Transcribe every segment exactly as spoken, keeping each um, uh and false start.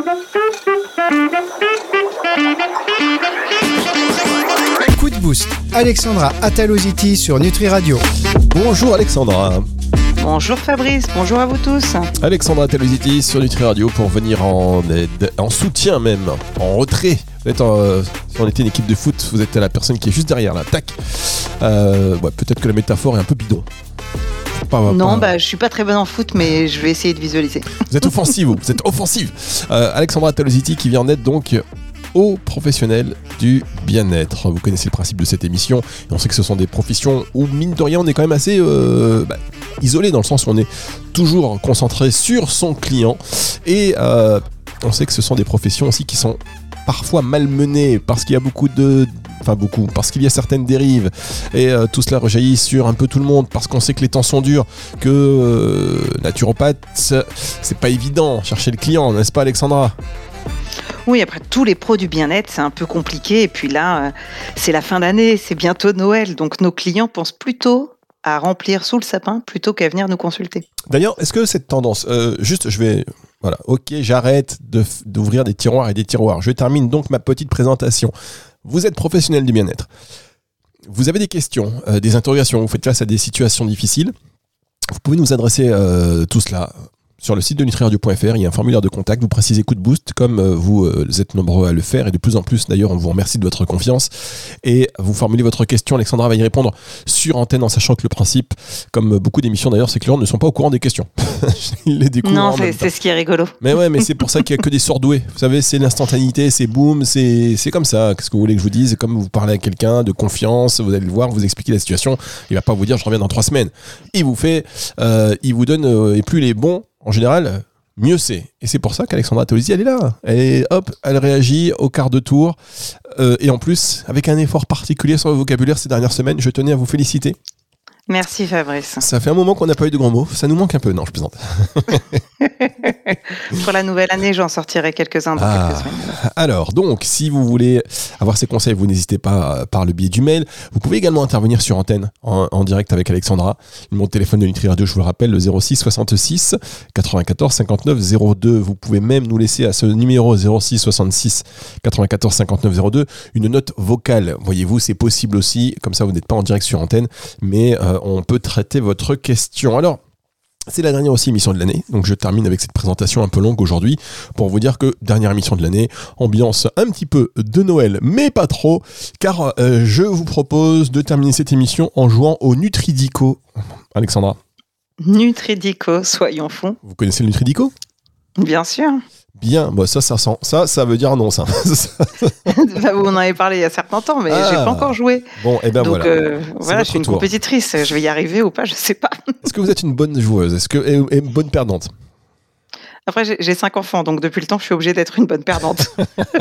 Coup de boost, Alexandra Ataloziti sur Nutri Radio. Bonjour Alexandra. Bonjour Fabrice, bonjour à vous tous. Alexandra Ataloziti sur Nutri Radio pour venir en aide, en soutien même, en retrait. Vous êtes en, euh, si on était une équipe de foot, vous êtes la personne qui est juste derrière là, tac. Euh, ouais, peut-être que la métaphore est un peu bidon. Pas, non, pas... bah, je suis pas très bonne en foot, mais je vais essayer de visualiser. Vous êtes offensive, vous, vous êtes offensive. Euh, Alexandra Ataloziti qui vient en aide donc aux professionnels du bien-être. Vous connaissez le principe de cette émission et on sait que ce sont des professions où, mine de rien, on est quand même assez euh, bah, isolé dans le sens où on est toujours concentré sur son client et euh, on sait que ce sont des professions aussi qui sont parfois malmenées parce qu'il y a beaucoup de... Enfin beaucoup, parce qu'il y a certaines dérives et euh, tout cela rejaillit sur un peu tout le monde parce qu'on sait que les temps sont durs, que euh, naturopathe, c'est pas évident, chercher le client, n'est-ce pas Alexandra ? Oui, après tous les pros du bien-être, c'est un peu compliqué et puis là, euh, c'est la fin d'année, c'est bientôt Noël, donc nos clients pensent plutôt à remplir sous le sapin plutôt qu'à venir nous consulter. D'ailleurs, est-ce que cette tendance, euh, juste je vais... Voilà, ok, j'arrête de, d'ouvrir des tiroirs et des tiroirs. Je termine donc ma petite présentation. Vous êtes professionnel du bien-être. Vous avez des questions, euh, des interrogations, vous faites face à des situations difficiles. Vous pouvez nous adresser euh, tout cela sur le site de nutri radio point f r. Il y a un formulaire de contact. Vous précisez coup de boost, comme euh, vous euh, êtes nombreux à le faire. Et de plus en plus, d'ailleurs, on vous remercie de votre confiance. Et vous formulez votre question. Alexandra va y répondre sur antenne, en sachant que le principe, comme beaucoup d'émissions d'ailleurs, c'est que les gens ne sont pas au courant des questions. Ils les découvrent. Non, c'est, c'est ce qui est rigolo. Mais ouais, mais c'est pour ça qu'il n'y a que des surdoués. Vous savez, c'est l'instantanéité, c'est boum, c'est, c'est comme ça. Qu'est-ce que vous voulez que je vous dise ? Comme vous parlez à quelqu'un de confiance, vous allez le voir, vous expliquez la situation. Il ne va pas vous dire je reviens dans trois semaines. Il vous fait, euh, il vous donne, euh, et plus les bons, en général, mieux c'est. Et c'est pour ça qu'Alexandra Ataloziti, elle est là. Elle est, hop, elle réagit au quart de tour. Euh, et en plus, avec un effort particulier sur le vocabulaire ces dernières semaines, je tenais à vous féliciter. Merci Fabrice. Ça fait un moment qu'on n'a pas eu de grands mots. Ça nous manque un peu. Non, je plaisante. Pour la nouvelle année, j'en sortirai quelques-uns dans ah, quelques semaines. Alors, donc, si vous voulez avoir ces conseils, vous n'hésitez pas par le biais du mail. Vous pouvez également intervenir sur antenne en, en direct avec Alexandra. Le numéro de téléphone de Nutri Radio, je vous le rappelle, le zéro six soixante-six quatre-vingt-quatorze cinquante-neuf zéro deux. Vous pouvez même nous laisser à ce numéro zéro six soixante-six quatre-vingt-quatorze cinquante-neuf zéro deux une note vocale. Voyez-vous, c'est possible aussi. Comme ça, vous n'êtes pas en direct sur antenne, mais euh, on peut traiter votre question. Alors, c'est la dernière aussi émission de l'année, donc je termine avec cette présentation un peu longue aujourd'hui pour vous dire que dernière émission de l'année, ambiance un petit peu de Noël, mais pas trop, car euh, je vous propose de terminer cette émission en jouant au Nutridico. Alexandra. Nutridico, soyons fous. Vous connaissez le Nutridico ? Bien sûr. Bien, bon, ça, ça sent. Ça, ça veut dire non, ça. Vous en avez parlé il y a certain temps, mais ah, j'ai pas encore joué. Bon, et ben Donc, voilà. Euh, voilà, je suis une tour. compétitrice. Je vais y arriver ou pas, je sais pas. Est-ce que vous êtes une bonne joueuse ? Est-ce que et, et une bonne perdante ? Après, j'ai, j'ai cinq enfants, donc depuis le temps, je suis obligée d'être une bonne perdante.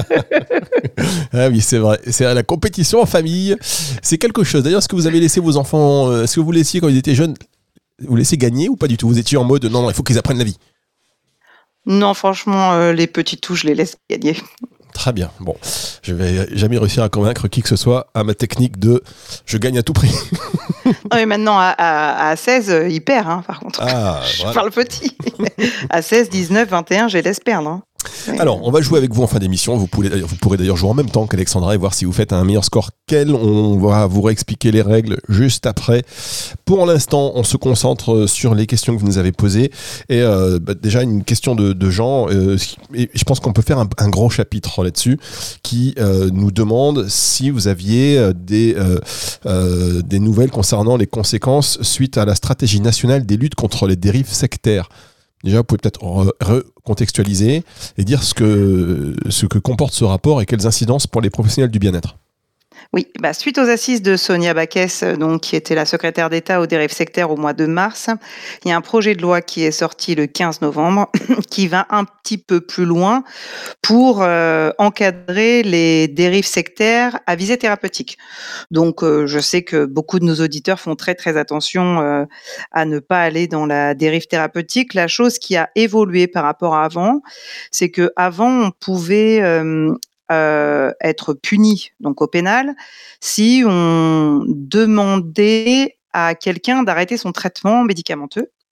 Ah oui, c'est vrai. C'est la compétition en famille. C'est quelque chose. D'ailleurs, est-ce que vous avez laissé vos enfants, est-ce que vous laissiez quand ils étaient jeunes, vous laissez gagner ou pas du tout ? Vous étiez en mode non, non, il faut qu'ils apprennent la vie. Non, franchement, euh, les petits tout, je les laisse gagner. Très bien. Bon, je vais jamais réussir à convaincre qui que ce soit à ma technique de je gagne à tout prix. Non, mais maintenant, à, à, à seize, il perd, hein, par contre. Ah, je voilà. parle petit. À seize, dix-neuf, vingt et un, je les laisse perdre. Hein. Alors, on va jouer avec vous en fin d'émission. Vous pourrez, vous pourrez d'ailleurs jouer en même temps qu'Alexandra et voir si vous faites un meilleur score qu'elle. On va vous réexpliquer les règles juste après. Pour l'instant, on se concentre sur les questions que vous nous avez posées. Et euh, bah, déjà, une question de, de Jean. Euh, et je pense qu'on peut faire un, un grand chapitre là-dessus qui euh, nous demande si vous aviez des, euh, euh, des nouvelles concernant les conséquences suite à la stratégie nationale des luttes contre les dérives sectaires. Déjà, vous pouvez peut-être recontextualiser et dire ce que, ce que comporte ce rapport et quelles incidences pour les professionnels du bien-être. Oui, bah, suite aux assises de Sonia Backès, donc, qui était la secrétaire d'État aux dérives sectaires au mois de mars, il y a un projet de loi qui est sorti le quinze novembre qui va un petit peu plus loin pour euh, encadrer les dérives sectaires à visée thérapeutique. Donc, euh, je sais que beaucoup de nos auditeurs font très très attention euh, à ne pas aller dans la dérive thérapeutique. La chose qui a évolué par rapport à avant, c'est que avant on pouvait euh, Euh, être puni, donc au pénal, si on demandait à quelqu'un d'arrêter son traitement médicamenteux.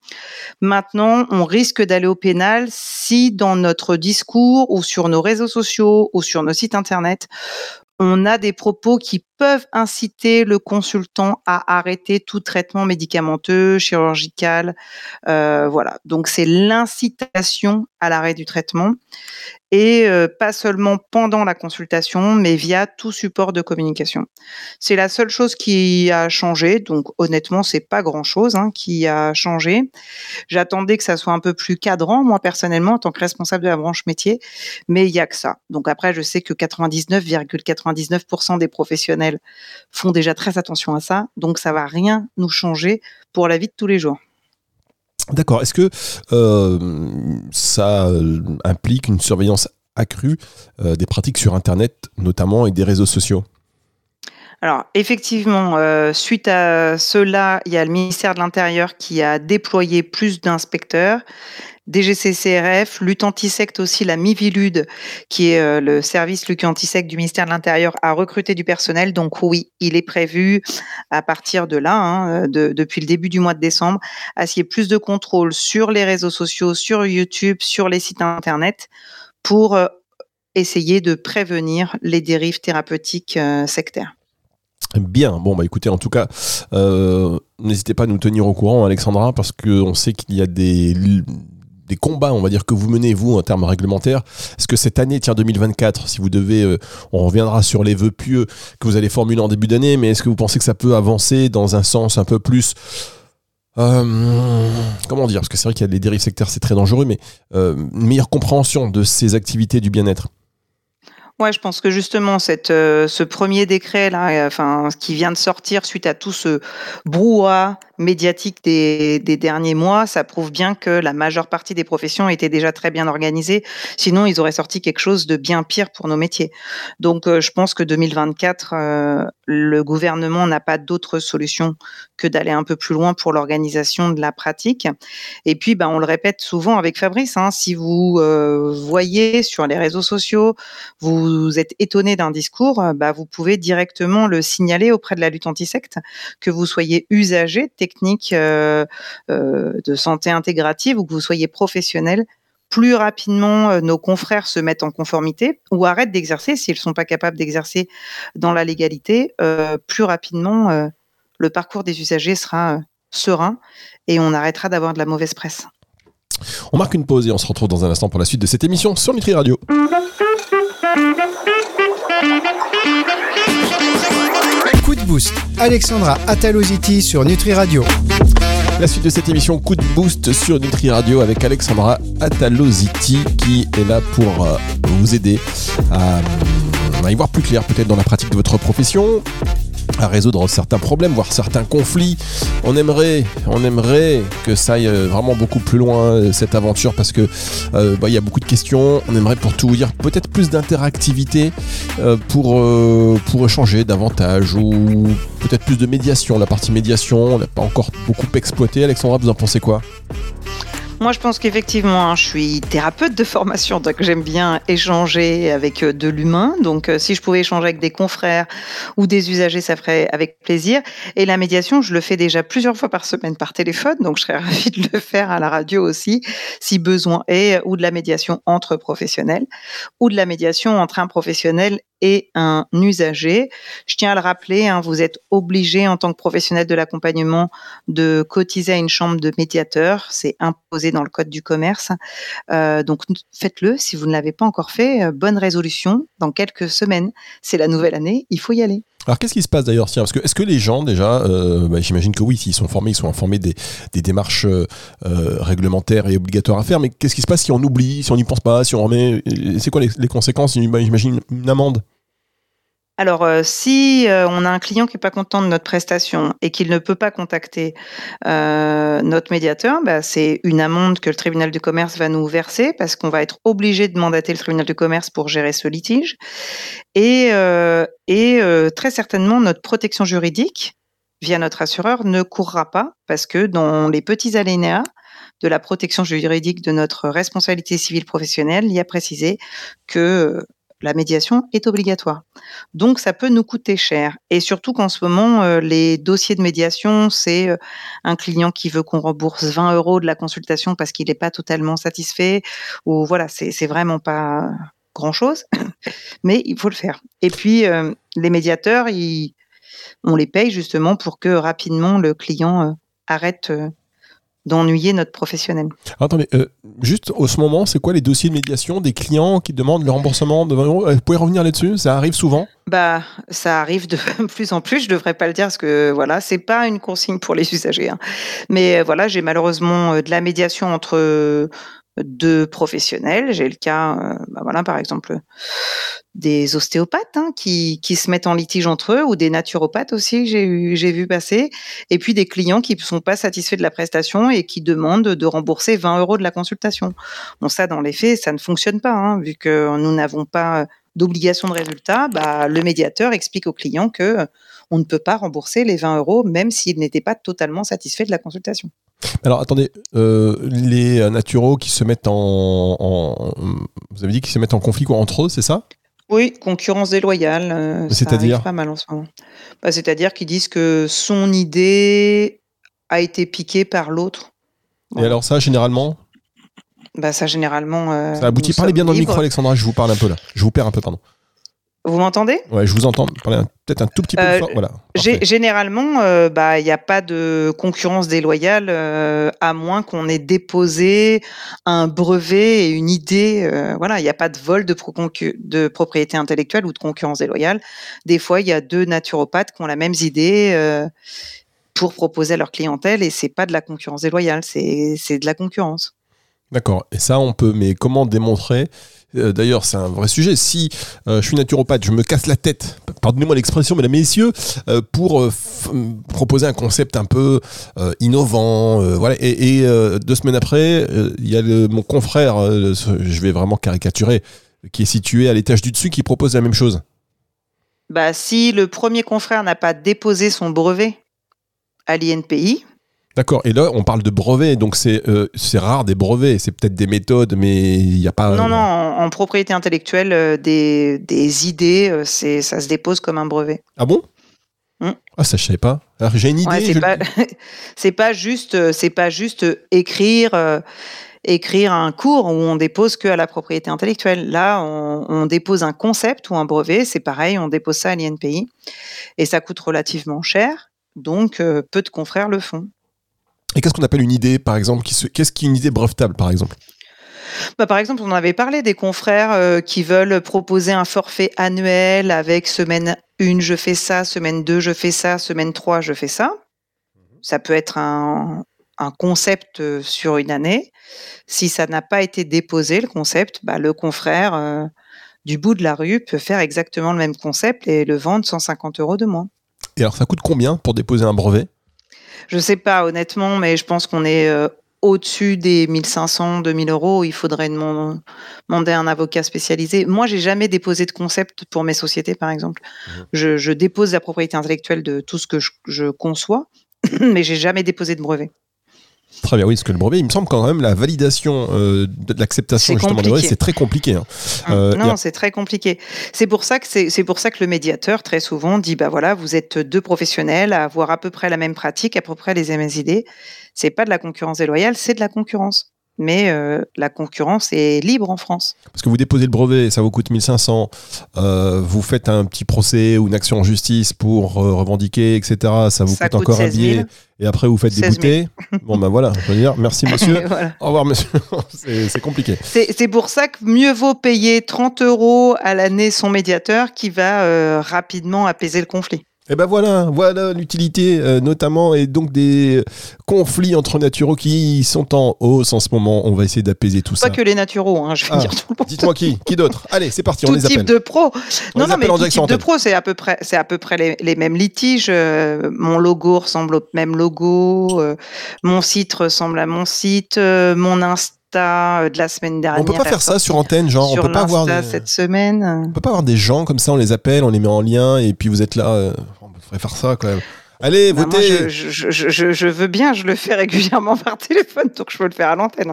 Maintenant, on risque d'aller au pénal si dans notre discours ou sur nos réseaux sociaux ou sur nos sites internet, on a des propos qui peuvent inciter le consultant à arrêter tout traitement médicamenteux, chirurgical. Euh, voilà. Donc, c'est l'incitation à l'arrêt du traitement et euh, pas seulement pendant la consultation, mais via tout support de communication. C'est la seule chose qui a changé. Donc, honnêtement, c'est pas grand-chose hein, qui a changé. J'attendais que ça soit un peu plus cadrant, moi personnellement, en tant que responsable de la branche métier, mais il y a que ça. Donc après, je sais que quatre-vingt-dix-neuf virgule quatre-vingt-dix-neuf pour cent des professionnels font déjà très attention à ça, donc ça va rien nous changer pour la vie de tous les jours. D'accord. Est-ce que euh, ça implique une surveillance accrue euh, des pratiques sur Internet, notamment, et des réseaux sociaux ? Alors, effectivement, euh, suite à cela, il y a le ministère de l'Intérieur qui a déployé plus d'inspecteurs. D G C C R F, lutte antisecte aussi, la Mivilude, qui est euh, le service lutte antisecte du ministère de l'Intérieur, a recruté du personnel. Donc oui, il est prévu à partir de là, hein, de, depuis le début du mois de décembre, à ce qu'il y ait plus de contrôle sur les réseaux sociaux, sur YouTube, sur les sites Internet, pour euh, essayer de prévenir les dérives thérapeutiques euh, sectaires. Bien, bon bah écoutez, en tout cas, euh, n'hésitez pas à nous tenir au courant, Alexandra, parce qu'on sait qu'il y a des, des combats, on va dire, que vous menez, vous, en termes réglementaires. Est-ce que cette année, tiens, deux mille vingt-quatre, si vous devez, euh, on reviendra sur les vœux pieux que vous allez formuler en début d'année, mais est-ce que vous pensez que ça peut avancer dans un sens un peu plus... Euh, comment dire, parce que c'est vrai qu'il y a des dérives sectaires, c'est très dangereux, mais euh, une meilleure compréhension de ces activités du bien-être? Ouais, je pense que justement cette euh, ce premier décret là, euh, enfin qui vient de sortir suite à tout ce brouhaha médiatique des, des derniers mois, ça prouve bien que la majeure partie des professions étaient déjà très bien organisées. Sinon, ils auraient sorti quelque chose de bien pire pour nos métiers. Donc, euh, je pense que deux mille vingt-quatre, euh, le gouvernement n'a pas d'autre solution que d'aller un peu plus loin pour l'organisation de la pratique. Et puis, ben, on le répète souvent avec Fabrice, hein, si vous euh, voyez sur les réseaux sociaux, vous êtes étonné d'un discours, bah, vous pouvez directement le signaler auprès de la lutte antisecte, que vous soyez usager de techniques euh, euh, de santé intégrative ou que vous soyez professionnel. Plus rapidement, euh, nos confrères se mettent en conformité ou arrêtent d'exercer s'ils ne sont pas capables d'exercer dans la légalité. Euh, plus rapidement, euh, le parcours des usagers sera euh, serein et on arrêtera d'avoir de la mauvaise presse. On marque une pause et on se retrouve dans un instant pour la suite de cette émission sur Nutri Radio. Coup de boost, Alexandra Ataloziti sur Nutri Radio. La suite de cette émission Coup de boost sur Nutri Radio avec Alexandra Ataloziti qui est là pour euh, vous aider à, à y voir plus clair peut-être dans la pratique de votre profession, à résoudre certains problèmes, voire certains conflits. On aimerait, on aimerait que ça aille vraiment beaucoup plus loin, cette aventure, parce que euh, bah, y a beaucoup de questions. On aimerait, pour tout vous dire, peut-être plus d'interactivité euh, pour, euh, pour échanger davantage, ou peut-être plus de médiation. La partie médiation, on n'a pas encore beaucoup exploité. Alexandra, vous en pensez quoi ? Moi, je pense qu'effectivement, hein, je suis thérapeute de formation, donc j'aime bien échanger avec euh, de l'humain. Donc, euh, si je pouvais échanger avec des confrères ou des usagers, ça ferait avec plaisir. Et la médiation, je le fais déjà plusieurs fois par semaine par téléphone, donc je serais ravie de le faire à la radio aussi, si besoin est, ou de la médiation entre professionnels, ou de la médiation entre un professionnel et un usager. Je tiens à le rappeler, hein, vous êtes obligé en tant que professionnel de l'accompagnement de cotiser à une chambre de médiateur. C'est imposé dans le code du commerce. Euh, donc faites-le si vous ne l'avez pas encore fait. Bonne résolution dans quelques semaines. C'est la nouvelle année, il faut y aller. Alors qu'est-ce qui se passe d'ailleurs, tiens, parce que est-ce que les gens déjà, euh, bah, j'imagine que oui, s'ils sont formés, ils sont informés des, des démarches euh, réglementaires et obligatoires à faire, mais qu'est-ce qui se passe si on oublie, si on n'y pense pas, si on remet, c'est quoi les, les conséquences? J'imagine une amende. Alors, euh, si euh, on a un client qui n'est pas content de notre prestation et qu'il ne peut pas contacter euh, notre médiateur, bah, c'est une amende que le tribunal du commerce va nous verser parce qu'on va être obligé de mandater le tribunal du commerce pour gérer ce litige. Et, euh, et euh, très certainement, notre protection juridique, via notre assureur, ne courra pas parce que dans les petits alinéas de la protection juridique de notre responsabilité civile professionnelle, il y a précisé que la médiation est obligatoire. Donc, ça peut nous coûter cher. Et surtout qu'en ce moment, euh, les dossiers de médiation, c'est euh, un client qui veut qu'on rembourse vingt euros de la consultation parce qu'il n'est pas totalement satisfait, ou voilà, c'est, c'est vraiment pas grand-chose, mais il faut le faire. Et puis, euh, les médiateurs, ils, on les paye justement pour que rapidement le client euh, arrête euh, d'ennuyer notre professionnel. Alors, attendez, euh, juste au ce moment, c'est quoi les dossiers de médiation des clients qui demandent le remboursement de vingt euros? Vous pouvez revenir là-dessus? Ça arrive souvent? Bah, ça arrive de plus en plus. Je devrais pas le dire parce que voilà, c'est pas une consigne pour les usagers. Hein. Mais euh, voilà, j'ai malheureusement euh, de la médiation entre euh, deux professionnels. J'ai le cas, euh, bah voilà, par exemple, des ostéopathes hein, qui, qui se mettent en litige entre eux, ou des naturopathes aussi que j'ai, eu, j'ai vu passer, et puis des clients qui ne sont pas satisfaits de la prestation et qui demandent de rembourser vingt euros de la consultation. Bon, ça, dans les faits, ça ne fonctionne pas, hein, vu que nous n'avons pas d'obligation de résultat. Bah, le médiateur explique au client que on ne peut pas rembourser les vingt euros, même s'il n'était pas totalement satisfait de la consultation. Alors, attendez, euh, les naturaux qui se mettent en, en... Vous avez dit qu'ils se mettent en conflit quoi, entre eux, c'est ça? Oui, concurrence déloyale, euh, ça C'est-à-dire arrive pas mal en ce moment. Bah, c'est-à-dire qu'ils disent que son idée a été piquée par l'autre. Et alors ça, généralement Bah, ça, généralement, euh, ça aboutit. nous Parlez sommes bien dans le libres. micro, Alexandra, je vous parle un peu là. Je vous perds un peu, pardon. Vous m'entendez? Ouais, je vous entends. Parlez un- peut-être un tout petit peu Euh, plus fort. Voilà. Gé- Parfait. Généralement, euh, bah, il n'y a pas de concurrence déloyale, euh, à moins qu'on ait déposé un brevet et une idée. euh, voilà, il n'y a pas de vol de, pro- concu- de propriété intellectuelle ou de concurrence déloyale. Des fois, il y a deux naturopathes qui ont la même idée euh, pour proposer à leur clientèle, et c'est pas de la concurrence déloyale, c'est c'est de la concurrence. D'accord. Et ça, on peut. Mais comment démontrer Euh, D'ailleurs, c'est un vrai sujet. Si euh, je suis naturopathe, je me casse la tête, pardonnez-moi l'expression, mesdames et messieurs, euh, pour euh, f- m- proposer un concept un peu euh, innovant. euh, voilà. Et, et euh, deux semaines après, euh, il y a le- mon confrère, euh, ce- je vais vraiment caricaturer, qui est situé à l'étage du dessus, qui propose la même chose. Bah, si le premier confrère n'a pas déposé son brevet à l'I N P I, D'accord. Et là, on parle de brevets, donc c'est euh, c'est rare des brevets. C'est peut-être des méthodes, mais il n'y a pas. non, non, en, en propriété intellectuelle, euh, des, des idées, euh, c'est, ça se dépose comme un brevet. Ah bon? Hmm. Ah, ça, je savais pas. Alors, j'ai une idée. Ouais, c'est je- pas, c'est pas juste, euh, c'est pas juste écrire, euh, écrire un cours où on dépose que à la propriété intellectuelle. Là, on, on dépose un concept ou un brevet, c'est pareil, on dépose ça à l'I N P I, et ça coûte relativement cher, donc euh, peu de confrères le font. Et qu'est-ce qu'on appelle une idée, par exemple qui se... Qu'est-ce qu'une idée brevetable, par exemple? Bah, par exemple, on avait parlé des confrères euh, qui veulent proposer un forfait annuel avec semaine un, je fais ça, semaine deux, je fais ça, semaine trois, je fais ça. Ça peut être un, un concept euh, sur une année. Si ça n'a pas été déposé, le concept, bah, le confrère euh, du bout de la rue peut faire exactement le même concept et le vendre cent cinquante euros de moins. Et alors, ça coûte combien pour déposer un brevet? Je sais pas honnêtement, mais je pense qu'on est euh, au-dessus des mille cinq cents, deux mille euros. Il faudrait demander, demander un avocat spécialisé. Moi, j'ai jamais déposé de concept pour mes sociétés, par exemple. Mmh. Je, je dépose la propriété intellectuelle de tout ce que je, je conçois, mais j'ai jamais déposé de brevet. Très bien, oui, parce que le brevet, il me semble quand même la validation euh, de l'acceptation C'est justement du brevet, compliqué. c'est très compliqué. Hein. Hum, Euh, non, y a- c'est très compliqué. C'est pour ça que c'est, c'est pour ça que le médiateur très souvent dit bah voilà, vous êtes deux professionnels à avoir à peu près la même pratique, à peu près les mêmes idées. C'est pas de la concurrence déloyale, c'est de la concurrence. Mais euh, la concurrence est libre en France. Parce que vous déposez le brevet, ça vous coûte mille cinq cents, euh, vous faites un petit procès ou une action en justice pour euh, revendiquer, et cetera. Ça vous Ça coûte coûte encore un seize mille. billet. Et après, vous faites seize mille. débouter. Bon, ben voilà, je veux dire, merci monsieur. Voilà. Au revoir monsieur. c'est, c'est compliqué. C'est, c'est pour ça que mieux vaut payer trente euros à l'année son médiateur qui va euh, rapidement apaiser le conflit. Et ben voilà, voilà l'utilité euh, notamment et donc des conflits entre naturaux qui sont en hausse en ce moment. On va essayer d'apaiser tout ça. Pas que les naturaux, hein, je vais Ah, dire tout le monde. Dites-moi qui, qui d'autre? Allez, c'est parti, on Tout les type appelle. de pro. On Non, les non, mais appelle en tout direct sur type de antenne. pro, c'est à peu près, c'est à peu près les, les mêmes litiges. Euh, mon logo ressemble au même logo. Euh, mon site ressemble à mon site. Euh, mon Insta euh, de la semaine dernière. On peut pas faire ça sur antenne, genre sur on peut pas avoir l'Insta des... cette semaine. on peut pas avoir des gens comme ça, on les appelle, on les met en lien et puis vous êtes là. euh, On devrait faire ça quand même. Allez, Bah, moi, votez. je, je, je, je, je veux bien, je le fais régulièrement par téléphone, donc je peux le faire à l'antenne. hein.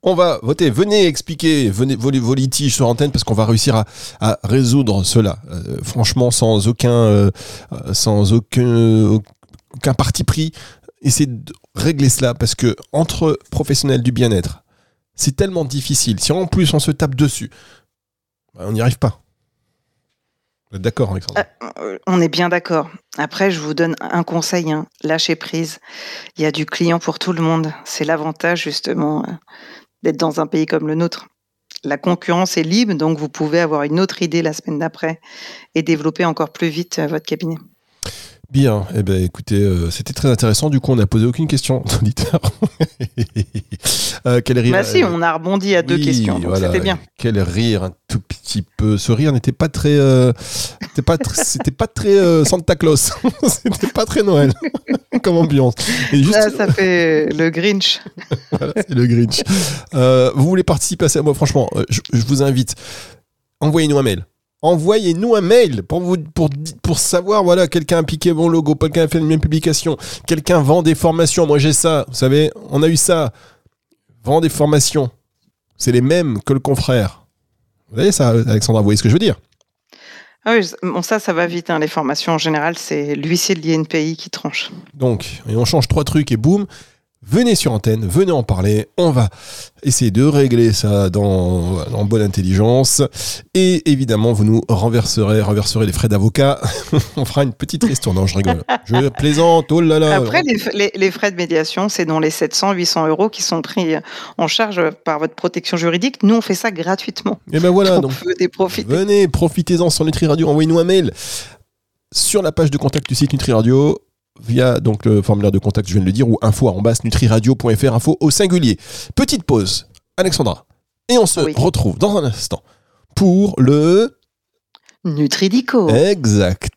On va voter. Venez expliquer venez, vos, vos litiges sur antenne parce qu'on va réussir à, à résoudre cela. Euh, franchement, sans aucun, euh, sans aucun, aucun parti pris. Essayez de régler cela parce que entre professionnels du bien-être, c'est tellement difficile. Si en plus on se tape dessus, on n'y arrive pas. Vous êtes d'accord, Alexandra ? euh, On est bien d'accord. Après, je vous donne un conseil, hein. Lâchez prise. Il y a du client pour tout le monde. C'est l'avantage, justement, euh, d'être dans un pays comme le nôtre. La concurrence est libre, donc vous pouvez avoir une autre idée la semaine d'après et développer encore plus vite euh, votre cabinet. Bien, eh ben, écoutez, euh, c'était très intéressant. Du coup, on n'a posé aucune question d'auditeur. euh, quel rire Bah si, on a rebondi à oui, deux questions, donc voilà, c'était bien. Quel rire, un tout petit peu. Ce rire n'était pas très, euh, c'était pas, tr- c'était pas très euh, Santa Claus. C'était pas très Noël comme ambiance. Et juste... Là, ça fait le Grinch. Voilà, c'est le Grinch. Euh, vous voulez participer à ça ? Moi, franchement, je, je vous invite. Envoyez-nous un mail. Envoyez-nous un mail pour, vous, pour, pour savoir, voilà, quelqu'un a piqué mon logo, quelqu'un a fait une même publication, quelqu'un vend des formations. Moi, j'ai ça, vous savez, on a eu ça. Vend des formations. C'est les mêmes que le confrère. Vous voyez ça, Alexandra, vous voyez ce que je veux dire ? Ah oui, bon, ça, ça va vite. Hein. Les formations, en général, c'est l'huissier de l'I N P I qui tranche. Donc, et on change trois trucs et boum. Venez sur antenne, venez en parler, on va essayer de régler ça dans, en bonne intelligence et évidemment vous nous renverserez, renverserez les frais d'avocat, on fera une petite ristourne, non je rigole, je plaisante, oh là là. Après les, les, les frais de médiation c'est dans les sept cents à huit cents euros qui sont pris en charge par votre protection juridique, nous on fait ça gratuitement. Et ben voilà, donc, donc profiter. Venez, profitez-en sur Nutri Radio, envoyez-nous un mail sur la page de contact du site Nutri Radio. Via donc le formulaire de contact, je viens de le dire, ou info arobase nutriradio point f r, info au singulier. Petite pause, Alexandra. Et on se oui. retrouve dans un instant pour le... Nutridico. Exact.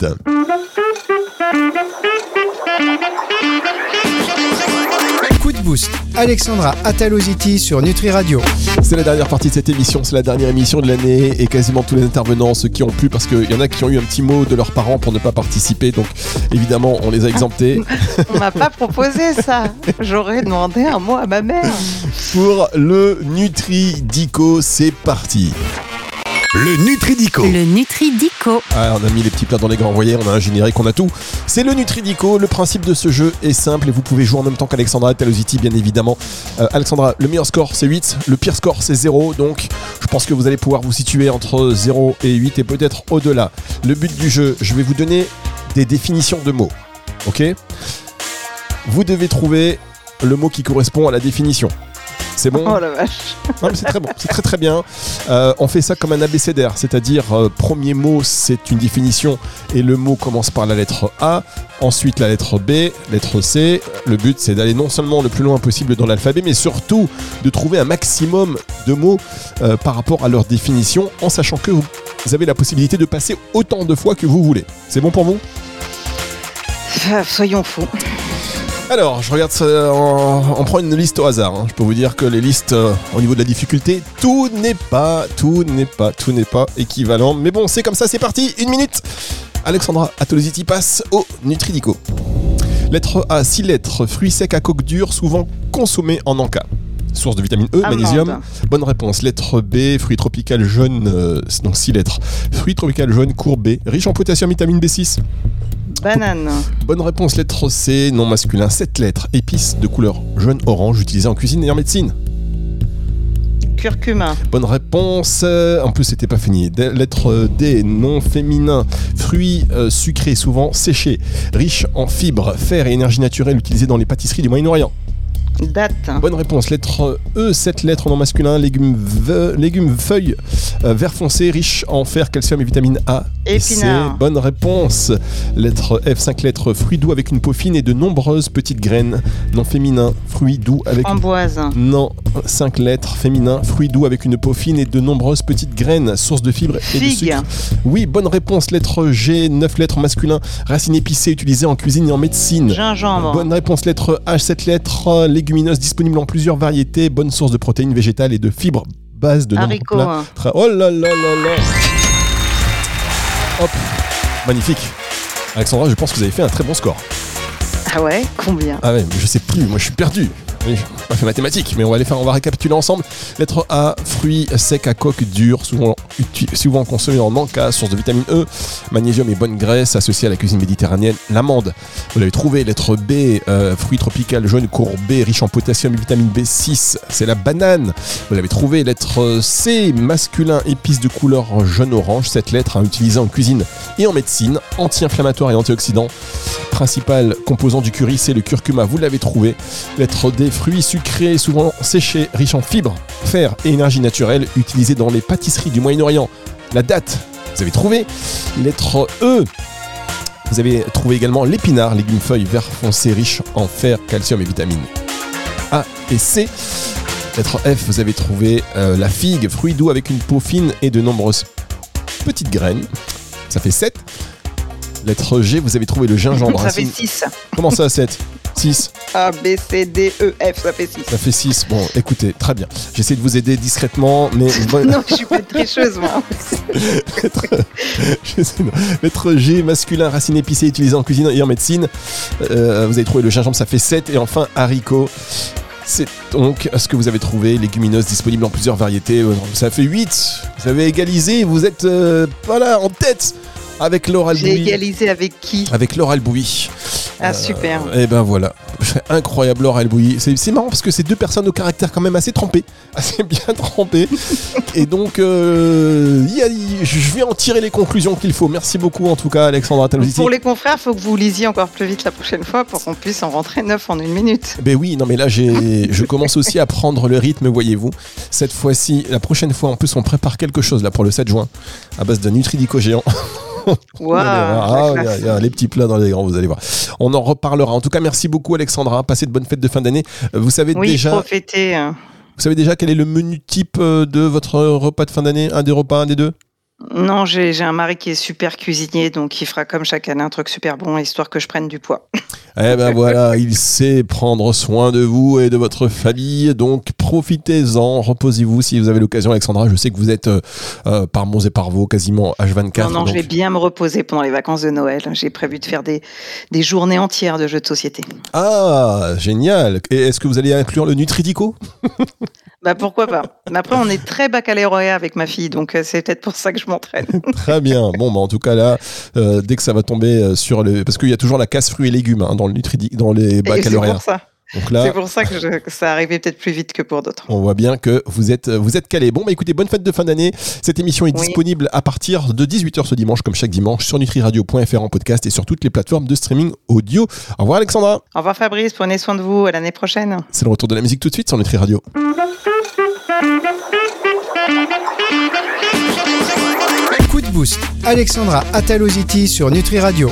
Coup de boost, Alexandra Ataloziti sur Nutri Radio. C'est la dernière partie de cette émission, c'est la dernière émission de l'année et quasiment tous les intervenants, ceux qui ont pu, parce qu'il y en a qui ont eu un petit mot de leurs parents pour ne pas participer, donc évidemment on les a exemptés. On m'a pas proposé ça, j'aurais demandé un mot à ma mère. Pour le Nutridico, c'est parti. Le Nutridico. Le Nutridico. Ah, on a mis les petits plats dans les grands, vous voyez, on a un générique, on a tout. C'est le Nutridico. Le principe de ce jeu est simple et vous pouvez jouer en même temps qu'Alexandra Ataloziti, bien évidemment. Euh, Alexandra, le meilleur score c'est huit, le pire score c'est zéro, donc je pense que vous allez pouvoir vous situer entre zéro et huit et peut-être au-delà. Le but du jeu, je vais vous donner des définitions de mots, ok ? Vous devez trouver le mot qui correspond à la définition. C'est bon ? Oh la vache. Non, mais c'est très bon, c'est très très bien. Euh, on fait ça comme un abécédaire, c'est-à-dire euh, premier mot c'est une définition et le mot commence par la lettre A, ensuite la lettre B, lettre C. Le but c'est d'aller non seulement le plus loin possible dans l'alphabet, mais surtout de trouver un maximum de mots euh, par rapport à leur définition, en sachant que vous avez la possibilité de passer autant de fois que vous voulez. C'est bon pour vous ? Ah, soyons fous. Alors, je regarde ça, on, on prend une liste au hasard. Hein. Je peux vous dire que les listes, euh, au niveau de la difficulté, tout n'est pas, tout n'est pas, tout n'est pas équivalent. Mais bon, c'est comme ça, c'est parti. Une minute. Alexandra Ataloziti passe au Nutridico. Lettre A, six lettres, fruits secs à coque dure, souvent consommés en encas. Source de vitamine E, Amande. magnésium. Bonne réponse. Lettre B, fruits tropical jaune, euh, donc six lettres. Fruits tropical jaune, courbés, riche en potassium, vitamine B six. Banane. Bonne réponse, lettre C, non masculin, sept lettres, épices de couleur jaune-orange utilisées en cuisine et en médecine. Curcuma. Bonne réponse, euh, en plus c'était pas fini. D- lettre D, non féminin, fruits euh, sucrés souvent séchés, riches en fibres, fer et énergie naturelle utilisés dans les pâtisseries du Moyen-Orient. Date. Bonne réponse, lettre E, sept lettres non masculin, légumes, ve- légumes feuilles, euh, vert foncé, riche en fer, calcium et vitamine A. Épinard. C. Bonne réponse, lettre F, cinq lettres, fruits doux avec une peau fine et de nombreuses petites graines. Non féminin, fruits doux avec... Framboise. Non, cinq lettres, féminin, fruits doux avec une peau fine et de nombreuses petites graines, source de fibres et de Figue. sucre. Oui, bonne réponse, lettre G, neuf lettres masculin, racines épicées utilisées en cuisine et en médecine. Gingembre. Bonne réponse, lettre H, sept lettres, légumineuses disponibles en plusieurs variétés, bonne source de protéines végétales et de fibres, base de nombreux Haricots. plats. Tra- Oh là là là là. Hop, magnifique. Alexandra, je pense que vous avez fait un très bon score. Ah ouais, combien? Ah ouais, mais je sais plus, moi je suis perdu. Oui, on a fait mathématiques, mais on va les faire, on va récapituler ensemble. Lettre A, fruits secs à coque dure, souvent, souvent consommés en encas, source de vitamine E, magnésium et bonne graisse, associée à la cuisine méditerranéenne. L'amande, vous l'avez trouvé. Lettre B, euh, fruit tropical jaune courbé, riche en potassium et vitamine B six, c'est la banane. Vous l'avez trouvé. Lettre C, masculin, épice de couleur jaune-orange. Cette lettre, hein, utilisée en cuisine et en médecine, anti-inflammatoire et antioxydant. Principal composant du curry, c'est le curcuma, vous l'avez trouvé. Lettre D, fruits sucrés, souvent séchés, riches en fibres, fer et énergie naturelle, utilisés dans les pâtisseries du Moyen-Orient. La date, vous avez trouvé. Lettre E, vous avez trouvé également l'épinard, légumes feuilles vert foncé, riche en fer, calcium et vitamines A et C. Lettre F, vous avez trouvé euh, la figue, fruit doux avec une peau fine et de nombreuses petites graines. Ça fait sept. Lettre G, vous avez trouvé le gingembre. Ça fait six. Comment ça, sept? six. A, B, C, D, E, F, ça fait six. Ça fait six. Bon, écoutez, très bien. J'essaie de vous aider discrètement, mais... Non, je suis pas tricheuse, moi. lettre... lettre G, masculin, racine épicée, utilisée en cuisine et en médecine. Euh, vous avez trouvé le gingembre, ça fait sept. Et enfin, haricot. C'est donc ce que vous avez trouvé, légumineuses disponibles en plusieurs variétés. Ça fait huit. Vous avez égalisé, vous êtes euh, voilà, en tête. Avec Laure Albouy. J'ai égalisé avec qui? Avec Laure Albouy. Ah, super. Et euh, ben voilà. Incroyable, Laure Albouy. C'est, c'est marrant parce que c'est deux personnes au caractère quand même assez trempé. Assez bien trempé. Et donc, euh, y a, y, je vais en tirer les conclusions qu'il faut. Merci beaucoup en tout cas, Alexandra Attalouziti. Pour les confrères, il faut que vous lisiez encore plus vite la prochaine fois pour qu'on puisse en rentrer neuf en une minute. Ben oui, non mais là, j'ai, je commence aussi à prendre le rythme, voyez-vous. Cette fois-ci, la prochaine fois, en plus, on prépare quelque chose là pour le sept juin à base d'un Nutridico géant. Wow, ah, y a, y a les petits plats dans les grands, vous allez voir. On en reparlera. En tout cas, merci beaucoup, Alexandra. Passez de bonnes fêtes de fin d'année. Vous savez oui, déjà. Profitez. Vous savez déjà quel est le menu type de votre repas de fin d'année? Un des repas, un des deux? Non, j'ai, j'ai un mari qui est super cuisinier, donc il fera comme chaque année un truc super bon, histoire que je prenne du poids. Eh ben voilà, il sait prendre soin de vous et de votre famille, donc profitez-en, reposez-vous si vous avez l'occasion, Alexandra. Je sais que vous êtes euh, par Mons et par Vaux, quasiment H vingt-quatre. Non, non, donc... je vais bien me reposer pendant les vacances de Noël. J'ai prévu de faire des, des journées entières de jeux de société. Ah, génial. Et est-ce que vous allez inclure le Nutridico? Bah pourquoi pas. Mais après, on est très baccalauréat avec ma fille, donc euh, c'est peut-être pour ça que je m'entraîne. Très bien. Bon, bah en tout cas là, euh, dès que ça va tomber sur le, parce qu'il y a toujours la casse fruits et légumes hein, dans le Nutridi, dans les baccalauréats. C'est pour ça. Donc là, c'est pour ça que, je, que ça arrivait peut-être plus vite que pour d'autres. On voit bien que vous êtes, vous êtes calés. Bon, bah écoutez, bonne fête de fin d'année. Cette émission est oui. disponible à partir de dix-huit heures ce dimanche, comme chaque dimanche, sur nutriradio point f r en podcast et sur toutes les plateformes de streaming audio. Au revoir Alexandra. Au revoir Fabrice, prenez soin de vous, à l'année prochaine. C'est le retour de la musique tout de suite sur Nutri Radio. Coup de boost, Alexandra Attalouziti sur Nutri Radio.